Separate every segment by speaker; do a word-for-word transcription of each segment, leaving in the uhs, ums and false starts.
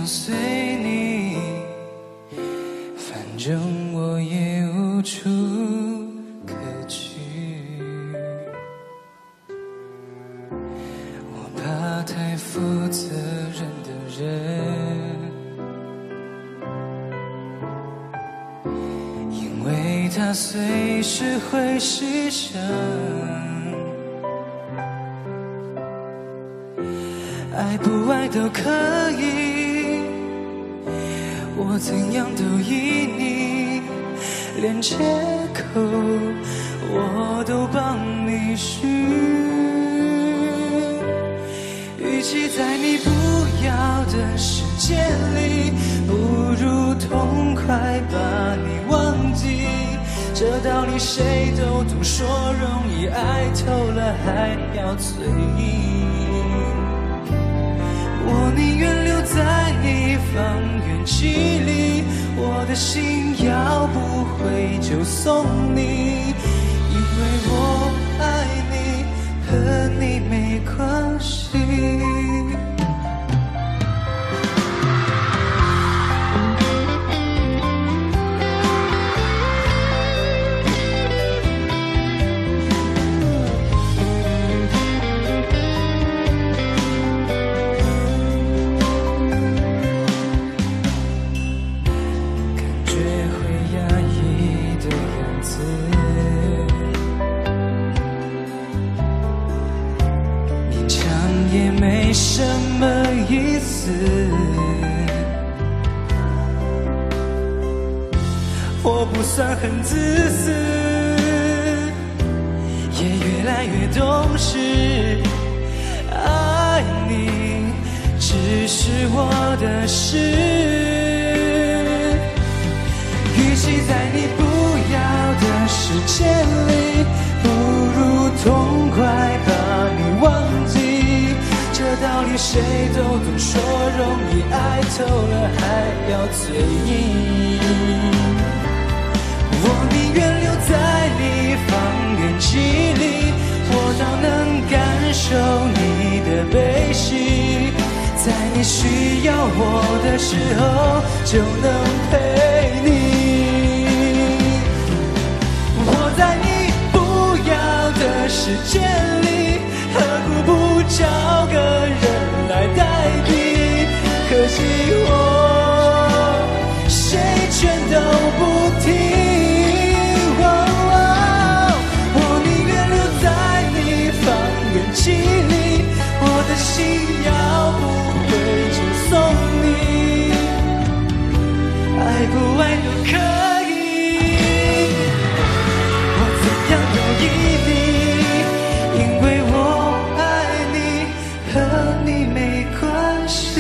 Speaker 1: 随你，反正我也无处可去。我怕太负责任的人，因为它随时会牺牲。爱不爱都可以，我怎样都依你，连借口我都帮你寻。与其在你不要的世界里，不如痛快把你忘记。这道理谁都懂，说容易，爱透了还要嘴硬。我宁愿留在你方圆几里，我的心要不回就送你，因为我爱你，和你没关系。也没什么意思，我不算很自私，也越来越懂事。爱你只是我的事，与其在你不要的世界里，不如痛快把你忘记。这道理谁都懂，说容易，爱透了还要嘴硬。我宁愿留在你方圆几里，我倒能感受你的悲喜，在你需要我的时候就能陪你。我在你不要的世界里，何苦不找个人来代替？可惜我谁劝都不听。我宁愿留在你方圆几里，我的心要不回就送你，爱不爱都可以，我怎样都依你，因为我和你没关系。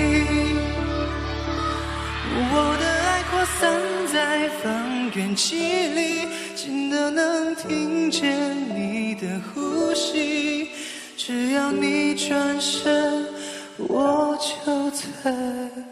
Speaker 1: 我的爱扩散在方圆几里，近的能听见你的呼吸，只要你转身，我就在